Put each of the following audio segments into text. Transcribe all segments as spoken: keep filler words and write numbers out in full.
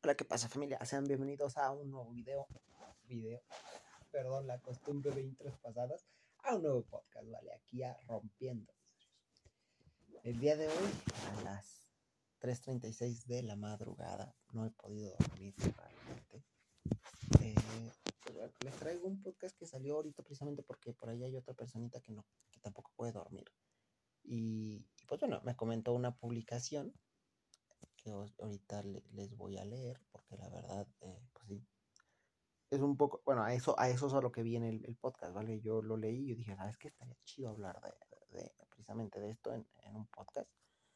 Hola, ¿qué pasa, familia? Sean bienvenidos a un nuevo video, video, perdón, la costumbre de intros pasadas, a un nuevo podcast, ¿vale? Aquí a Rompiendo. El día de hoy, a las tres treinta y seis de la madrugada, no he podido dormir realmente. Eh, pues bueno, les traigo un podcast que salió ahorita precisamente porque por ahí hay otra personita que, no, que tampoco puede dormir. Y, y pues bueno, me comentó una publicación que ahorita le, les voy a leer, porque la verdad, eh, pues sí, es un poco, bueno, a eso, a eso es a lo que viene el, el podcast, ¿vale? Yo lo leí y yo dije, ¿sabes qué? Estaría chido hablar de, de precisamente de esto en, en un podcast.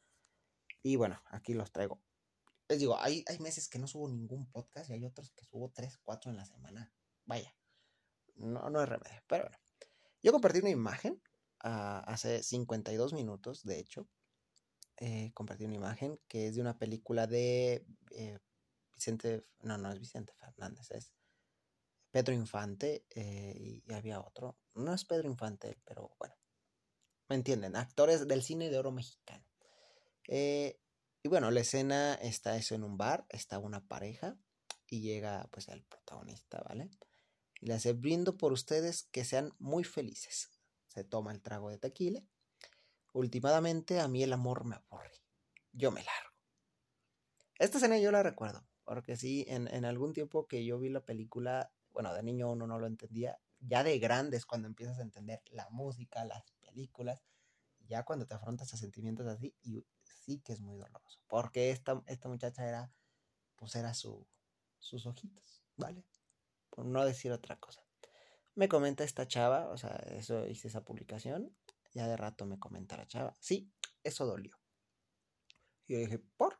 Y bueno, aquí los traigo. Les digo, hay, hay meses que no subo ningún podcast y hay otros que subo tres, cuatro en la semana. Vaya, no, no es remedio, pero bueno. Yo compartí una imagen uh, hace cincuenta y dos minutos, de hecho. Eh, compartí una imagen que es de una película de eh, Vicente, no, no es Vicente Fernández, es Pedro Infante eh, y, y había otro, no es Pedro Infante, pero bueno, me entienden, actores del cine de oro mexicano. Eh, y bueno, la escena está eso en un bar, está una pareja y llega pues el protagonista, ¿vale? Y le hace: brindo por ustedes que sean muy felices. Se toma el trago de tequila. Últimamente a mí el amor me aburre. Yo me largo. Esta escena yo la recuerdo, porque sí, en, en algún tiempo que yo vi la película, bueno, de niño uno no lo entendía, ya de grandes cuando empiezas a entender la música, las películas, ya cuando te afrontas a sentimientos así, y sí que es muy doloroso, porque esta, esta muchacha era, pues era su, sus ojitos, ¿vale? Por no decir otra cosa. Me comenta esta chava, o sea, eso hice esa publicación, ya de rato me comenta la chava, sí, eso dolió. Y yo dije, ¿por?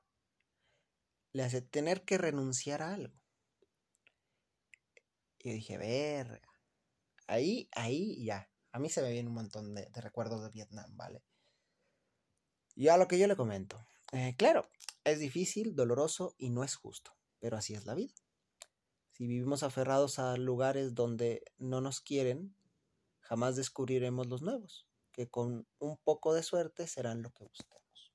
Le hace tener que renunciar a algo. Y yo dije, verga. Ahí, ahí ya. A mí se me viene un montón de, de recuerdos de Vietnam, ¿vale? Y a lo que yo le comento. Eh, claro, es difícil, doloroso y no es justo, pero así es la vida. Si vivimos aferrados a lugares donde no nos quieren, jamás descubriremos los nuevos, que con un poco de suerte serán lo que buscamos.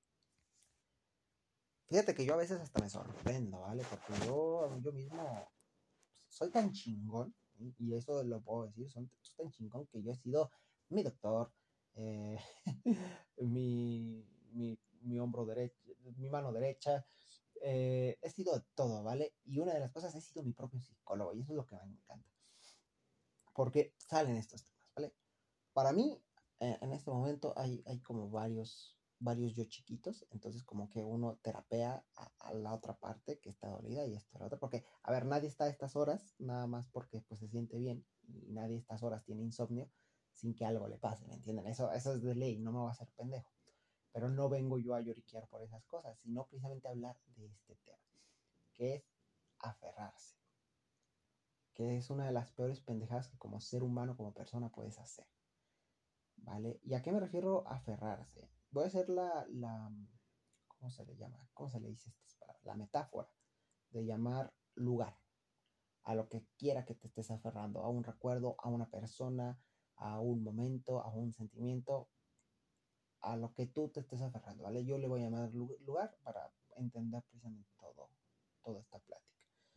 Fíjate que yo a veces hasta me sorprendo, ¿vale? Porque yo, yo mismo soy tan chingón, ¿sí? Y eso lo puedo decir, soy, soy tan chingón que yo he sido mi doctor, eh, mi, mi, mi hombro derecho, mi mano derecha, eh, he sido todo, ¿vale? Y una de las cosas, he sido mi propio psicólogo, y eso es lo que me encanta, porque salen estos temas, ¿vale? Para mí, eh, en este momento hay, hay como varios, varios yo chiquitos, entonces como que uno terapea a, a la otra parte que está dolida y esto a la otra, porque, a ver, nadie está a estas horas, nada más porque pues se siente bien, y nadie a estas horas tiene insomnio sin que algo le pase, ¿me entienden? Eso, eso es de ley, no me va a hacer pendejo, pero no vengo yo a lloriquear por esas cosas, sino precisamente a hablar de este tema, que es aferrarse, que es una de las peores pendejadas que como ser humano, como persona puedes hacer. ¿Vale? ¿Y a qué me refiero aferrarse? Voy a hacer la, la, ¿cómo se le llama? ¿Cómo se le dice estas palabras? La metáfora de llamar lugar a lo que quiera que te estés aferrando, a un recuerdo, a una persona, a un momento, a un sentimiento, a lo que tú te estés aferrando, ¿vale? Yo le voy a llamar lugar para entender precisamente todo, toda esta plática.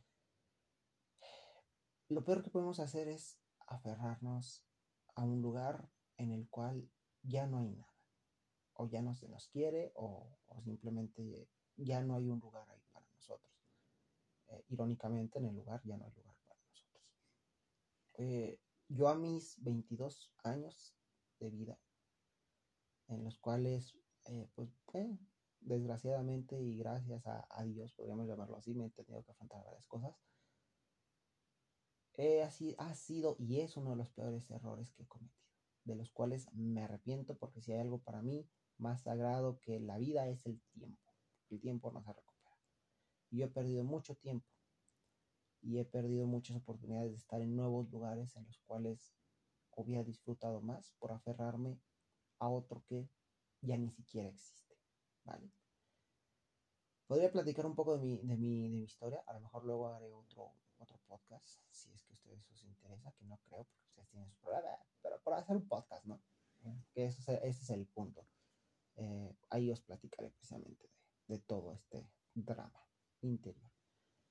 Lo peor que podemos hacer es aferrarnos a un lugar en el cual ya no hay nada, o ya no se nos quiere, o, o simplemente ya no hay un lugar ahí para nosotros. Eh, irónicamente, en el lugar ya no hay lugar para nosotros. Eh, yo a mis veintidós años de vida, en los cuales, eh, pues, eh, desgraciadamente y gracias a, a Dios, podríamos llamarlo así, me he tenido que afrontar varias cosas. Eh, así ha sido y es uno de los peores errores que he cometido, de los cuales me arrepiento, porque si hay algo para mí más sagrado que la vida es el tiempo. El tiempo no se recupera. Y yo he perdido mucho tiempo y he perdido muchas oportunidades de estar en nuevos lugares en los cuales hubiera disfrutado más por aferrarme a otro que ya ni siquiera existe, ¿vale? Podría platicar un poco de mi, de mi, de mi historia, a lo mejor luego haré otro, otro podcast, si es que a ustedes os interesa, que no creo, porque ustedes tienen su programa, pero para hacer un podcast, ¿no? Que eso, ese es el punto. Eh, ahí os platicaré precisamente de, de todo este drama interior.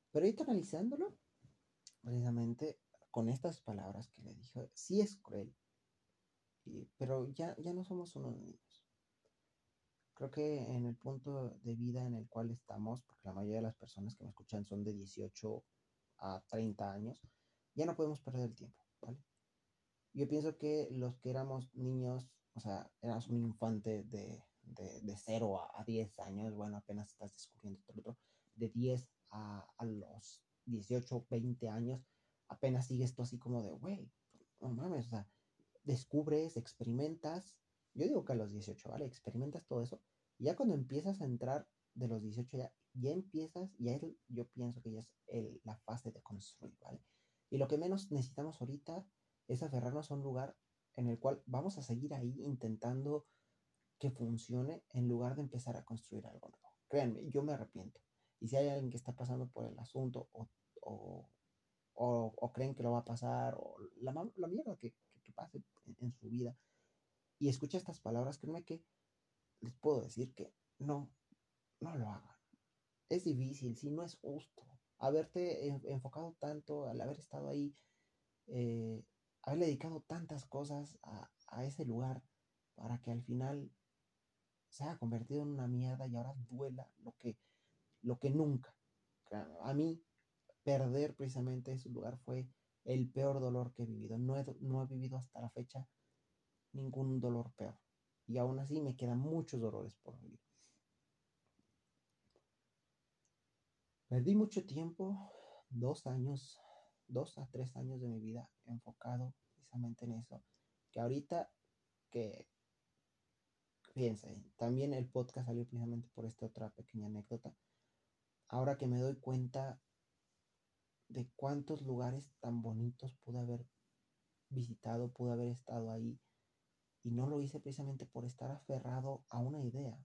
Pero ahorita analizándolo, precisamente con estas palabras que le dije, sí es cruel, y, pero ya, ya no somos unos niños. Creo que en el punto de vida en el cual estamos, porque la mayoría de las personas que me escuchan son de dieciocho a treinta años, ya no podemos perder el tiempo, ¿vale? Yo pienso que los que éramos niños, o sea, eras un infante de, de, de cero a, a diez años, bueno, apenas estás descubriendo todo otro, de diez a, a los dieciocho veinte años, apenas sigues tú así como de, güey, no mames, o sea, descubres, experimentas, yo digo que a los dieciocho, ¿vale? Experimentas todo eso, y ya cuando empiezas a entrar de los dieciocho ya, ya empiezas, ya es, yo pienso que ya es el, la fase de construir, ¿vale? Y lo que menos necesitamos ahorita es aferrarnos a un lugar en el cual vamos a seguir ahí intentando que funcione en lugar de empezar a construir algo nuevo. Créanme, yo me arrepiento. Y si hay alguien que está pasando por el asunto o, o, o, o creen que lo va a pasar o la, la mierda que, que, que pase en, en, su vida y escucha estas palabras, créanme que les puedo decir que no, no lo hagan. Es difícil, sí, no es justo. Haberte enfocado tanto, al haber estado ahí, eh, haberle dedicado tantas cosas a, a ese lugar para que al final se haya convertido en una mierda y ahora duela lo que, lo que nunca. A mí, perder precisamente ese lugar fue el peor dolor que he vivido. No he, no he vivido hasta la fecha ningún dolor peor. Y aún así me quedan muchos dolores por vivir. Perdí mucho tiempo, dos años, dos a tres años de mi vida enfocado precisamente en eso. Que ahorita que, fíjense, también el podcast salió precisamente por esta otra pequeña anécdota. Ahora que me doy cuenta de cuántos lugares tan bonitos pude haber visitado, pude haber estado ahí, y no lo hice precisamente por estar aferrado a una idea.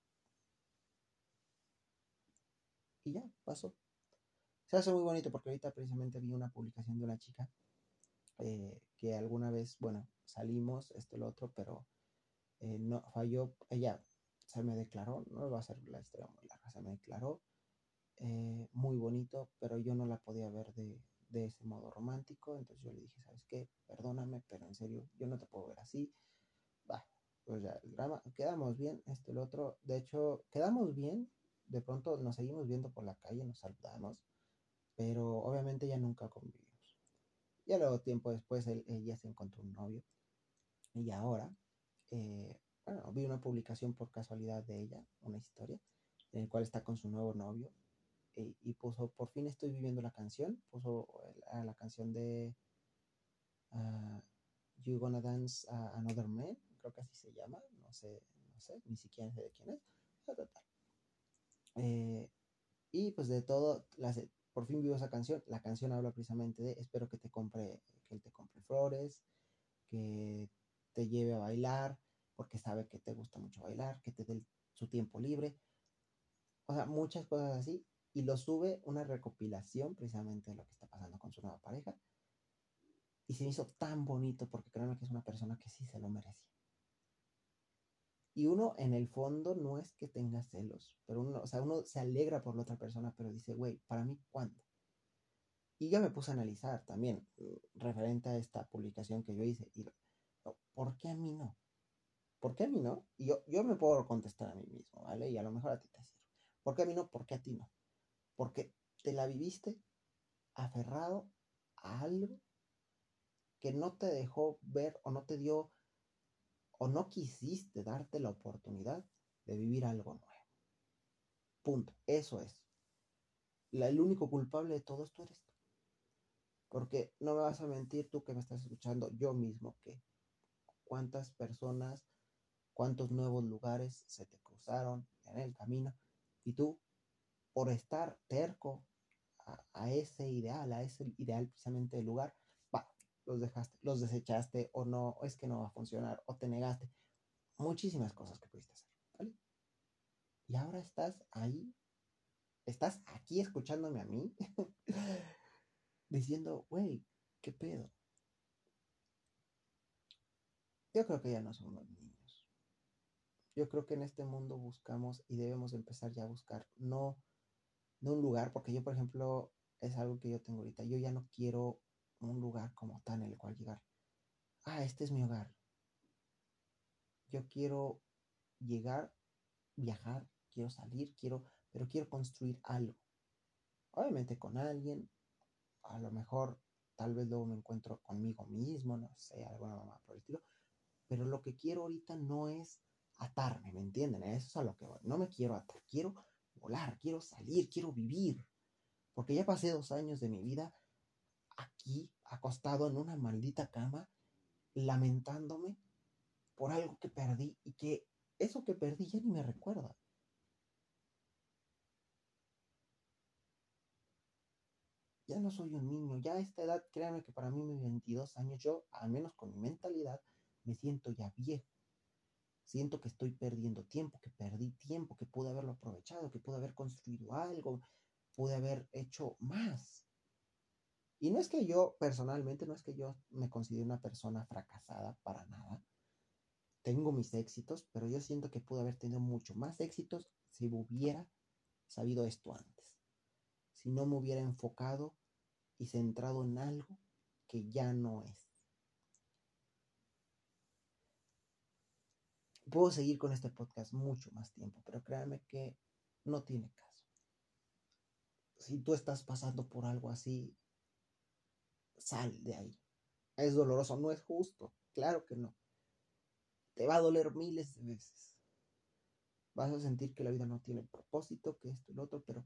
Y ya, pasó. Se hace muy bonito porque ahorita precisamente vi una publicación de una chica eh, que alguna vez, bueno, salimos, esto, lo otro, pero eh, no falló, ella se me declaró, no va a ser la historia muy larga, se me declaró eh, muy bonito, pero yo no la podía ver de, de ese modo romántico, entonces yo le dije, ¿sabes qué? Perdóname, pero en serio, yo no te puedo ver así. Va, pues ya, el drama, quedamos bien, esto, el otro, de hecho, quedamos bien, de pronto nos seguimos viendo por la calle, nos saludamos, pero obviamente ya nunca convivimos. Ya luego, tiempo después, él, ella se encontró un novio, y ahora, eh, bueno, vi una publicación por casualidad de ella, una historia, en el cual está con su nuevo novio, y, y puso, por fin estoy viviendo la canción, puso la, la canción de uh, You Gonna Dance uh, Another Man, creo que así se llama, no sé, no sé, ni siquiera sé de quién es, pero total. Eh, y pues de todo, las, por fin vivo esa canción, la canción habla precisamente de, espero que te compre, que él te compre flores, que te lleve a bailar, porque sabe que te gusta mucho bailar, que te dé su tiempo libre, o sea, muchas cosas así, y lo sube una recopilación precisamente de lo que está pasando con su nueva pareja, y se me hizo tan bonito porque créanme que es una persona que sí se lo merecía. Y uno en el fondo no es que tenga celos, pero uno, o sea, uno se alegra por la otra persona, pero dice, güey, ¿para mí cuándo? Y yo me puse a analizar también, mm, referente a esta publicación que yo hice, y no, ¿por qué a mí no? ¿Por qué a mí no? Y yo, yo me puedo contestar a mí mismo, ¿vale? Y a lo mejor a ti te sirve. ¿Por qué a mí no? ¿Por qué a ti no? Porque te la viviste aferrado a algo que no te dejó ver o no te dio o no quisiste darte la oportunidad de vivir algo nuevo. Punto. Eso es. La, el único culpable de todo esto eres tú. Porque no me vas a mentir tú que me estás escuchando, yo mismo, que cuántas personas, cuántos nuevos lugares se te cruzaron en el camino y tú, por estar terco a, a ese ideal, a ese ideal precisamente del lugar, va, los dejaste, los desechaste o no, o es que no va a funcionar o te negaste. Muchísimas cosas que pudiste hacer, ¿vale? Y ahora estás ahí, estás aquí escuchándome a mí, diciendo, güey, ¿qué pedo? Yo creo que ya no somos niños. Yo creo que en este mundo buscamos y debemos empezar ya a buscar, no no un lugar, porque yo, por ejemplo, es algo que yo tengo ahorita. Yo ya no quiero un lugar como tal en el cual llegar. Ah, este es mi hogar. Yo quiero llegar, viajar, quiero salir, quiero, pero quiero construir algo. Obviamente con alguien, a lo mejor, tal vez luego me encuentro conmigo mismo, no sé, alguna mamá por el estilo. Pero lo que quiero ahorita no es atarme, ¿me entienden? Eso es a lo que voy. No me quiero atar, quiero volar, quiero salir, quiero vivir. Porque ya pasé dos años de mi vida aquí, acostado en una maldita cama, lamentándome por algo que perdí y que eso que perdí ya ni me recuerda. Ya no soy un niño, ya a esta edad, créanme que para mí mis veintidós años, yo, al menos con mi mentalidad, me siento ya viejo. Siento que estoy perdiendo tiempo, que perdí tiempo, que pude haberlo aprovechado, que pude haber construido algo, pude haber hecho más. Y no es que yo, personalmente, no es que yo me considere una persona fracasada para nada. Tengo mis éxitos, pero yo siento que pude haber tenido mucho más éxitos si hubiera sabido esto antes. Si no me hubiera enfocado y centrado en algo que ya no es. Puedo seguir con este podcast mucho más tiempo, pero créanme que no tiene caso. Si tú estás pasando por algo así, sal de ahí. Es doloroso, no es justo, claro que no. Te va a doler miles de veces. Vas a sentir que la vida no tiene propósito, que esto y lo otro, pero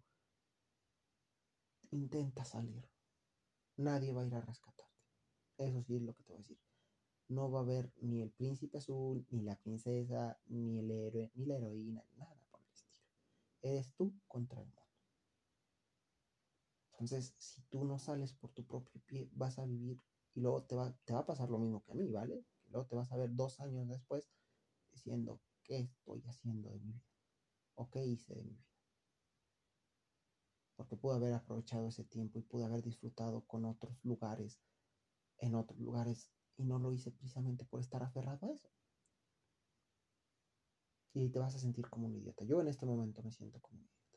intenta salir. Nadie va a ir a rescatarte. Eso sí es lo que te voy a decir. No va a haber ni el príncipe azul, ni la princesa, ni el héroe, ni la heroína, nada por el estilo. Eres tú contra el mundo. Entonces, si tú no sales por tu propio pie, vas a vivir y luego te va, te va a pasar lo mismo que a mí, ¿vale? Y luego te vas a ver dos años después diciendo, ¿qué estoy haciendo de mi vida? ¿O qué hice de mi vida? Porque pude haber aprovechado ese tiempo y pude haber disfrutado con otros lugares, en otros lugares, y no lo hice precisamente por estar aferrado a eso. Y te vas a sentir como un idiota. Yo en este momento me siento como un idiota.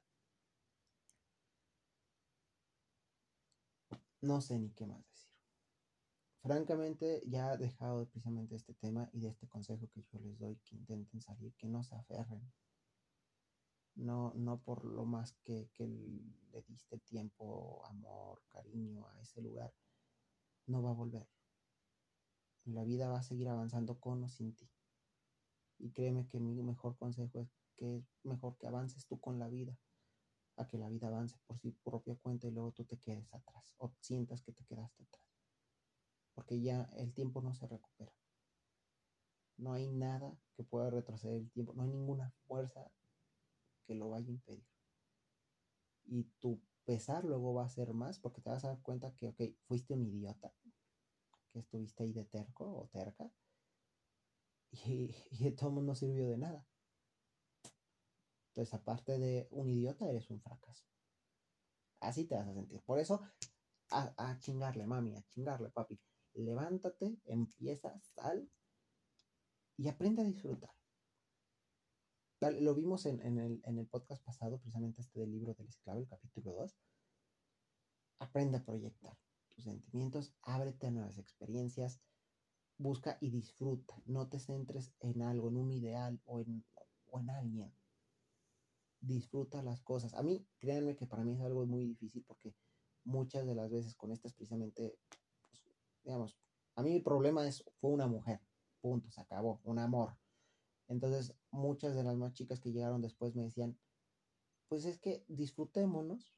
No sé ni qué más decir. Francamente, ya he dejado precisamente este tema y de este consejo que yo les doy, que intenten salir, que no se aferren. No, no por lo más que, que le diste tiempo, amor, cariño a ese lugar, no va a volver. La vida va a seguir avanzando con o sin ti. Y créeme que mi mejor consejo es que es mejor que avances tú con la vida, a que la vida avance por su propia cuenta y luego tú te quedes atrás o sientas que te quedaste atrás. Porque ya el tiempo no se recupera. No hay nada que pueda retroceder el tiempo, no hay ninguna fuerza que lo vaya a impedir. Y tu pesar luego va a ser más porque te vas a dar cuenta que, ok, fuiste un idiota, que estuviste ahí de terco o terca y, y de todo mundo no sirvió de nada. Entonces, aparte de un idiota, eres un fracaso. Así te vas a sentir. Por eso, a, a chingarle, mami, a chingarle, papi. Levántate, empieza, sal y aprende a disfrutar. Lo vimos en, en, el, en el podcast pasado, precisamente este del libro del esclavo, el capítulo dos. Aprende a proyectar tus sentimientos, ábrete a nuevas experiencias, busca y disfruta. No te centres en algo, en un ideal o en, o en alguien. Disfruta las cosas. A mí, créanme que para mí es algo muy difícil porque muchas de las veces con estas precisamente, pues, digamos, a mí mi problema es, fue una mujer, punto, se acabó, un amor. Entonces, muchas de las más chicas que llegaron después me decían, pues es que disfrutémonos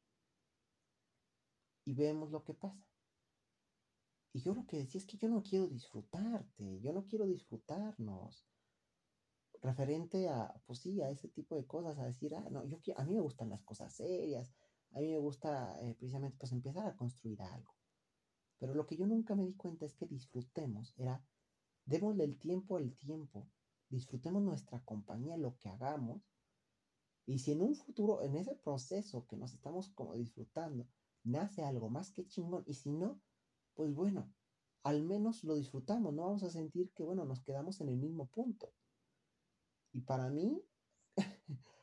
y vemos lo que pasa. Y yo lo que decía es que yo no quiero disfrutarte, yo no quiero disfrutarnos. Referente a, pues sí, a ese tipo de cosas, a decir, ah, no, yo quiero, a mí me gustan las cosas serias, a mí me gusta eh, precisamente pues empezar a construir algo. Pero lo que yo nunca me di cuenta es que disfrutemos, era, démosle el tiempo al tiempo, disfrutemos nuestra compañía, lo que hagamos, y si en un futuro, en ese proceso que nos estamos como disfrutando, nace algo más que chingón, y si no, pues bueno, al menos lo disfrutamos, no vamos a sentir que, bueno, nos quedamos en el mismo punto. Y para mí,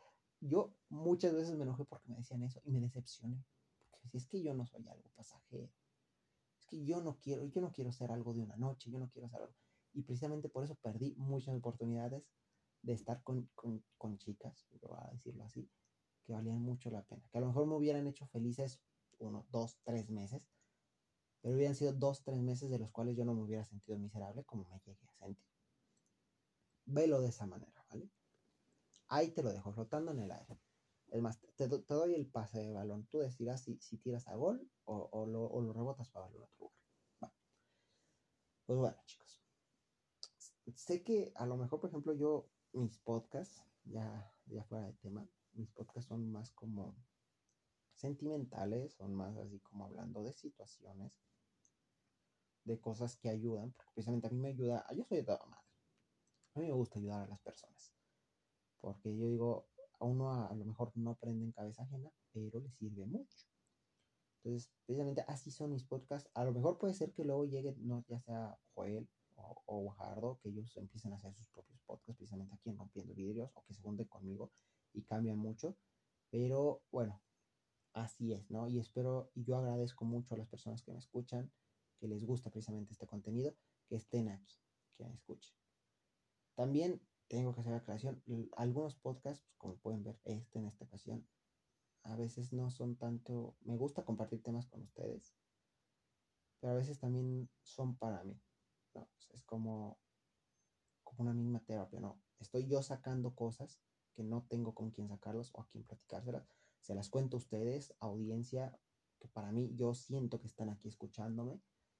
yo muchas veces me enojé porque me decían eso y me decepcioné. Porque si es que yo no soy algo pasajero, es que yo no quiero, yo no quiero ser algo de una noche, yo no quiero ser algo. Y precisamente por eso perdí muchas oportunidades de estar con, con, con chicas, voy a decirlo así, que valían mucho la pena. Que a lo mejor me hubieran hecho felices uno, dos, tres meses, pero hubieran sido dos, tres meses de los cuales yo no me hubiera sentido miserable como me llegué a sentir. Velo de esa manera, ¿vale? Ahí te lo dejo flotando en el aire. Es más, te, te doy el pase de balón. Tú decidirás si, si tiras a gol o, o, lo, o lo rebotas para darle otro lugar. Vale. Pues bueno, chicos. Sé que a lo mejor, por ejemplo, yo, mis podcasts, ya, ya fuera de tema, mis podcasts son más como sentimentales, son más así como hablando de situaciones, de cosas que ayudan, porque precisamente a mí me ayuda, yo soy de toda madre, a mí me gusta ayudar a las personas, porque yo digo, a uno a, a lo mejor no aprende en cabeza ajena, pero le sirve mucho. Entonces, precisamente así son mis podcasts. A lo mejor puede ser que luego llegue, no, ya sea Joel o, o Guajardo, que ellos empiecen a hacer sus propios podcasts, precisamente aquí en Rompiendo Vidrios, o que se junten conmigo y cambian mucho. Pero bueno, así es, ¿no? Y espero, y yo agradezco mucho a las personas que me escuchan, que les gusta precisamente este contenido, que estén aquí, que me escuchen. También tengo que hacer aclaración, algunos podcasts, pues, como pueden ver, este en esta ocasión, a veces no son tanto, me gusta compartir temas con ustedes, pero a veces también son para mí, ¿no? O sea, es como, como una misma terapia, ¿no? Estoy yo sacando cosas que no tengo con quién sacarlas o a quién platicárselas, se las cuento a ustedes, audiencia, que para mí yo siento que están aquí escuchándome,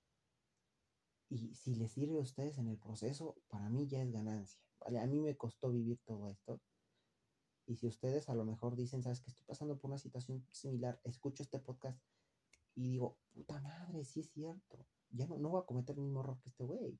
y si les sirve a ustedes en el proceso, para mí ya es ganancia, ¿vale? A mí me costó vivir todo esto, y si ustedes a lo mejor dicen, sabes que estoy pasando por una situación similar, escucho este podcast y digo, puta madre, sí es cierto, ya no, no voy a cometer el mismo error que este güey.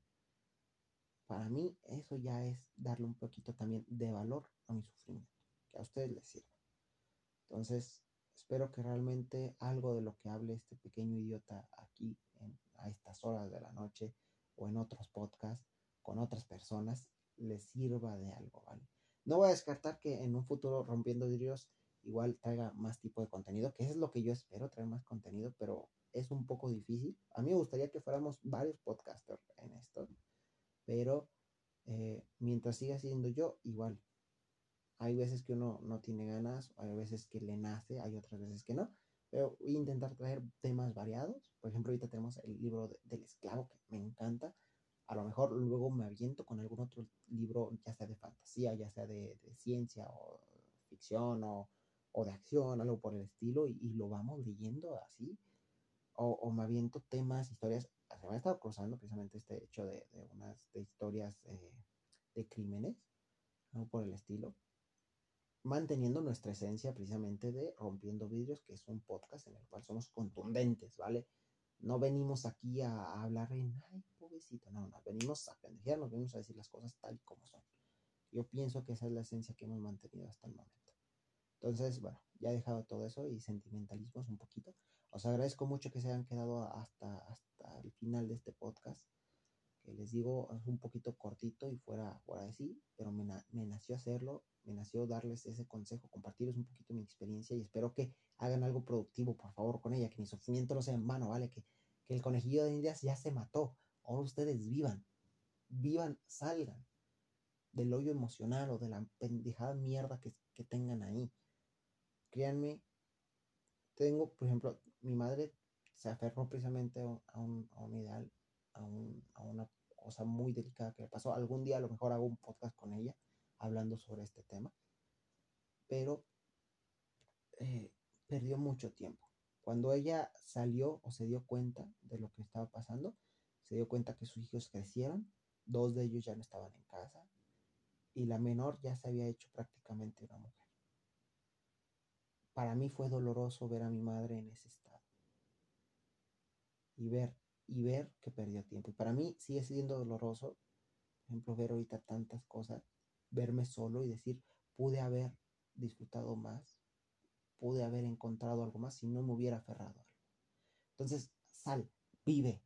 Para mí eso ya es darle un poquito también de valor a mi sufrimiento, que a ustedes les sirva. Entonces, espero que realmente algo de lo que hable este pequeño idiota aquí en, a estas horas de la noche o en otros podcasts con otras personas les sirva de algo, ¿vale? No voy a descartar que en un futuro Rompiendo Vidrios igual traiga más tipo de contenido, que es lo que yo espero, traer más contenido, pero es un poco difícil. A mí me gustaría que fuéramos varios podcasters en esto, pero eh, mientras siga siendo yo, igual. Hay veces que uno no tiene ganas, hay veces que le nace, hay otras veces que no, pero voy a intentar traer temas variados. Por ejemplo, ahorita tenemos el libro de, del esclavo, que me encanta. A lo mejor luego me aviento con algún otro libro, ya sea de fantasía, ya sea de, de ciencia o ficción o, o, de acción, algo por el estilo, y, y lo vamos leyendo así. O, o, me aviento temas, historias. Se me ha estado cruzando precisamente este hecho de, de unas de historias eh, de crímenes, algo por el estilo, manteniendo nuestra esencia precisamente de Rompiendo Vidrios, que es un podcast en el cual somos contundentes, ¿vale? No venimos aquí a, a hablar en, ay, pobrecito, no, no, venimos a pendejear, nos venimos a decir las cosas tal y como son. Yo pienso que esa es la esencia que hemos mantenido hasta el momento. Entonces, bueno, ya he dejado todo eso y sentimentalismos un poquito. Os agradezco mucho que se hayan quedado hasta, hasta el final de este podcast, que les digo es un poquito cortito y fuera, fuera de sí, pero me, na me nació hacerlo, me nació darles ese consejo, compartirles un poquito mi experiencia y espero que hagan algo productivo, por favor, con ella, que mi sufrimiento no sea en vano, ¿vale? Que, que el conejillo de Indias ya se mató, ahora ustedes vivan, vivan, salgan del hoyo emocional o de la pendejada mierda que, que tengan ahí. Créanme, tengo, por ejemplo, mi madre se aferró precisamente a un, a un ideal, a, un, a una cosa muy delicada que le pasó. Algún día a lo mejor hago un podcast con ella hablando sobre este tema, pero eh, perdió mucho tiempo. Cuando ella salió o se dio cuenta de lo que estaba pasando, se dio cuenta que sus hijos crecieron, dos de ellos ya no estaban en casa y la menor ya se había hecho prácticamente una mujer. Para mí fue doloroso ver a mi madre en ese estado y ver y ver que perdió tiempo. Y para mí sigue siendo doloroso, por ejemplo, ver ahorita tantas cosas, verme solo y decir, pude haber disfrutado más, pude haber encontrado algo más si no me hubiera aferrado a algo. Entonces, sal, vive.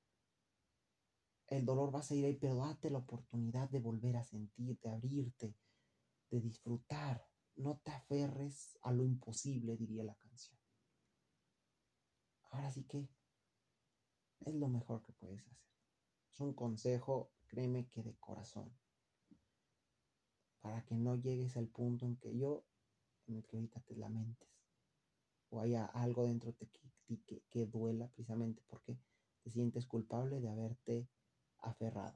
El dolor va a seguir ahí, pero date la oportunidad de volver a sentir, de abrirte, de disfrutar. no te aferres a lo imposible, diría la canción. Ahora sí que es lo mejor que puedes hacer. Es un consejo, créeme que de corazón, para que no llegues al punto en que yo, en el que ahorita te lamentes, o haya algo dentro de ti que, que, que duela precisamente porque te sientes culpable de haberte aferrado.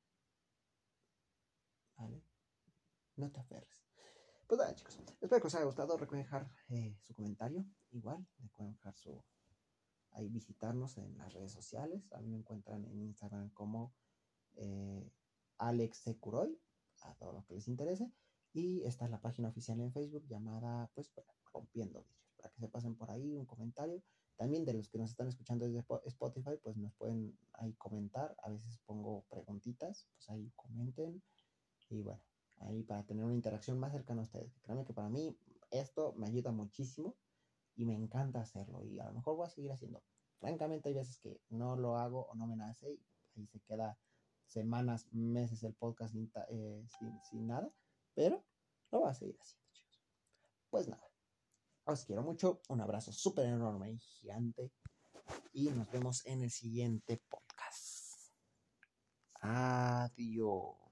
¿Vale? No te aferres. Pues nada, chicos, espero que os haya gustado. Recuerden dejar eh, su comentario, igual, recuerden dejar su, ahí visitarnos en las redes sociales. A mí me encuentran en Instagram como eh, Alex Securoy, a todo lo que les interese. Y está la página oficial en Facebook llamada, pues, bueno, Rompiendo Vidrios, para que se pasen por ahí un comentario. También de los que nos están escuchando desde Spotify, pues nos pueden ahí comentar. A veces pongo preguntitas, pues ahí comenten. Y bueno, ahí para tener una interacción más cercana a ustedes. Créanme que para mí esto me ayuda muchísimo y me encanta hacerlo. Y a lo mejor voy a seguir haciendo. Francamente, hay veces que no lo hago o no me nace y ahí se queda semanas, meses el podcast sin, eh, sin, sin nada. Pero lo voy a seguir haciendo, chicos. Pues nada, os quiero mucho. Un abrazo súper enorme y gigante. Y nos vemos en el siguiente podcast. Adiós.